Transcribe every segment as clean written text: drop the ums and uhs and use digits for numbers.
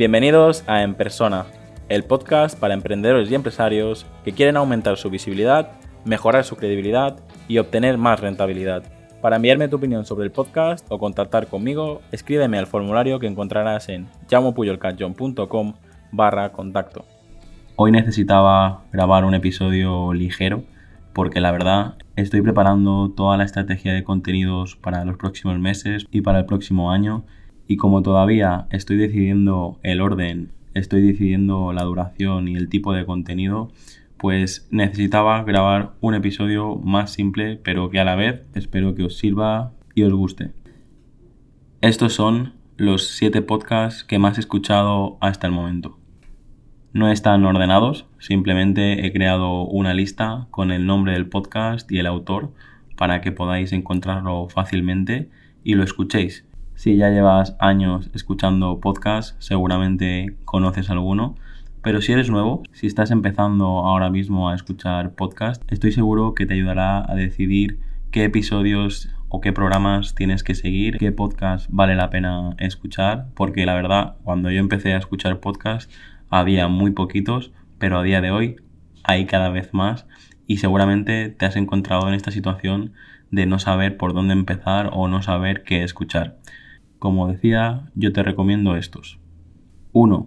Bienvenidos a En Persona, el podcast para emprendedores y empresarios que quieren aumentar su visibilidad, mejorar su credibilidad y obtener más rentabilidad. Para enviarme tu opinión sobre el podcast o contactar conmigo, escríbeme al formulario que encontrarás en jaumopuyolcanchon.com/contacto. Hoy necesitaba grabar un episodio ligero porque la verdad estoy preparando toda la estrategia de contenidos para los próximos meses y para el próximo año, y como todavía estoy decidiendo el orden, estoy decidiendo la duración y el tipo de contenido, pues necesitaba grabar un episodio más simple, pero que a la vez espero que os sirva y os guste. Estos son los 7 podcasts que más he escuchado hasta el momento. No están ordenados, simplemente he creado una lista con el nombre del podcast y el autor para que podáis encontrarlo fácilmente y lo escuchéis. Si ya llevas años escuchando podcasts, seguramente conoces alguno, pero si eres nuevo, si estás empezando ahora mismo a escuchar podcasts, estoy seguro que te ayudará a decidir qué episodios o qué programas tienes que seguir, qué podcast vale la pena escuchar, porque la verdad, cuando yo empecé a escuchar podcasts, había muy poquitos, pero a día de hoy hay cada vez más y seguramente te has encontrado en esta situación de no saber por dónde empezar o no saber qué escuchar. Como decía, yo te recomiendo estos. 1.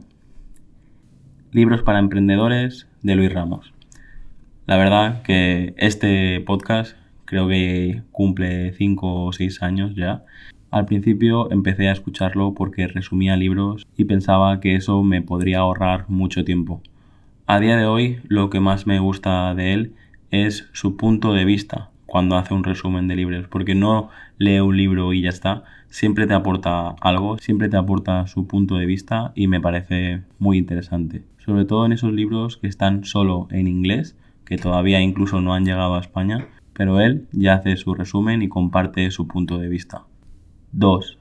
Libros para emprendedores de Luis Ramos. La verdad que este podcast creo que cumple 5 o 6 años ya. Al principio empecé a escucharlo porque resumía libros y pensaba que eso me podría ahorrar mucho tiempo. A día de hoy lo que más me gusta de él es su punto de vista cuando hace un resumen de libros, porque no lee un libro y ya está, siempre te aporta algo, siempre te aporta su punto de vista y me parece muy interesante. Sobre todo en esos libros que están solo en inglés, que todavía incluso no han llegado a España, pero él ya hace su resumen y comparte su punto de vista. 2.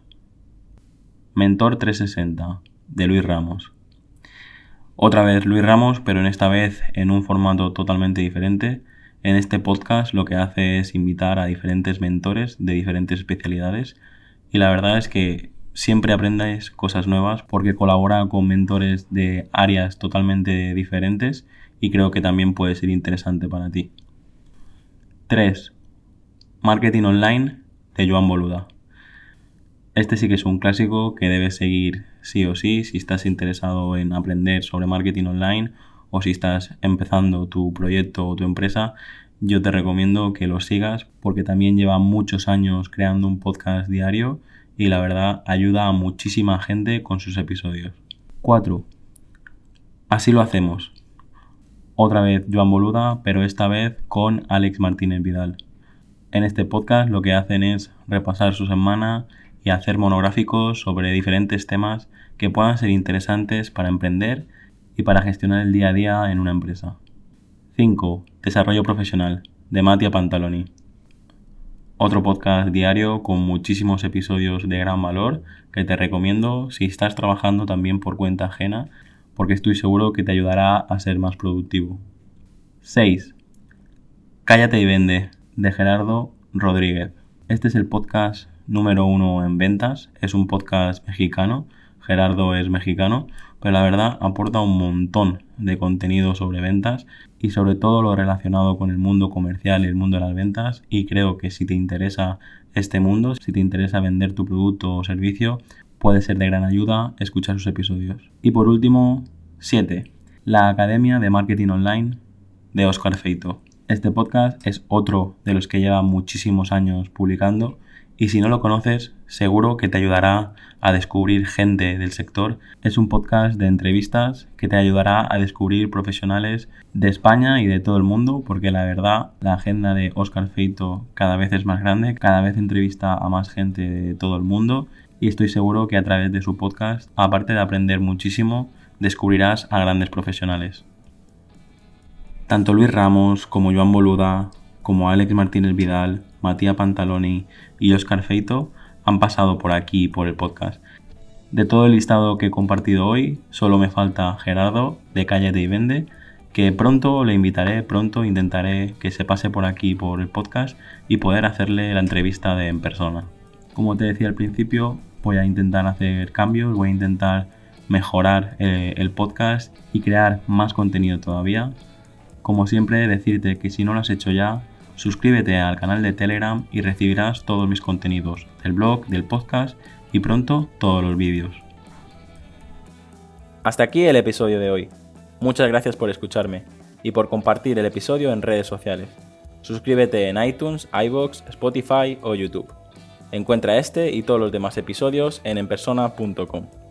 Mentor 360 de Luis Ramos. Otra vez Luis Ramos, pero en esta vez en un formato totalmente diferente. En este podcast lo que hace es invitar a diferentes mentores de diferentes especialidades y la verdad es que siempre aprendes cosas nuevas porque colabora con mentores de áreas totalmente diferentes y creo que también puede ser interesante para ti. 3. Marketing Online de Joan Boluda. Este sí que es un clásico que debes seguir sí o sí si estás interesado en aprender sobre marketing online o si estás empezando tu proyecto o tu empresa. Yo te recomiendo que lo sigas porque también lleva muchos años creando un podcast diario y la verdad ayuda a muchísima gente con sus episodios. 4. Así lo hacemos. Otra vez Joan Boluda, pero esta vez con Àlex Martínez Vidal. En este podcast lo que hacen es repasar su semana y hacer monográficos sobre diferentes temas que puedan ser interesantes para emprender y para gestionar el día a día en una empresa. 5. Desarrollo profesional de Mattia Pantaloni. Otro podcast diario con muchísimos episodios de gran valor que te recomiendo si estás trabajando también por cuenta ajena, porque estoy seguro que te ayudará a ser más productivo. 6. Cállate y vende de Gerardo Rodríguez. Este es el podcast número 1 en ventas. Es un podcast mexicano. Gerardo es mexicano, pero la verdad aporta un montón de contenido sobre ventas y sobre todo lo relacionado con el mundo comercial y el mundo de las ventas, y creo que si te interesa este mundo, si te interesa vender tu producto o servicio, puede ser de gran ayuda escuchar sus episodios. Y por último, 7. La Academia de Marketing Online de Óscar Feito. Este podcast es otro de los que lleva muchísimos años publicando y si no lo conoces, seguro que te ayudará a descubrir gente del sector. Es un podcast de entrevistas que te ayudará a descubrir profesionales de España y de todo el mundo, porque la verdad, la agenda de Óscar Feito cada vez es más grande, cada vez entrevista a más gente de todo el mundo y estoy seguro que a través de su podcast, aparte de aprender muchísimo, descubrirás a grandes profesionales. Tanto Luis Ramos como Joan Boluda, como Àlex Martínez Vidal, Mattia Pantaloni y Óscar Feito han pasado por aquí por el podcast. De todo el listado que he compartido hoy, solo me falta Gerardo de Cállate y Vende, que pronto le invitaré, pronto intentaré que se pase por aquí por el podcast y poder hacerle la entrevista en persona. Como te decía al principio, voy a intentar hacer cambios, voy a intentar mejorar el podcast y crear más contenido todavía. Como siempre, decirte que si no lo has hecho ya, suscríbete al canal de Telegram y recibirás todos mis contenidos del blog, del podcast y pronto todos los vídeos. Hasta aquí el episodio de hoy. Muchas gracias por escucharme y por compartir el episodio en redes sociales. Suscríbete en iTunes, iVoox, Spotify o YouTube. Encuentra este y todos los demás episodios en enpersona.com.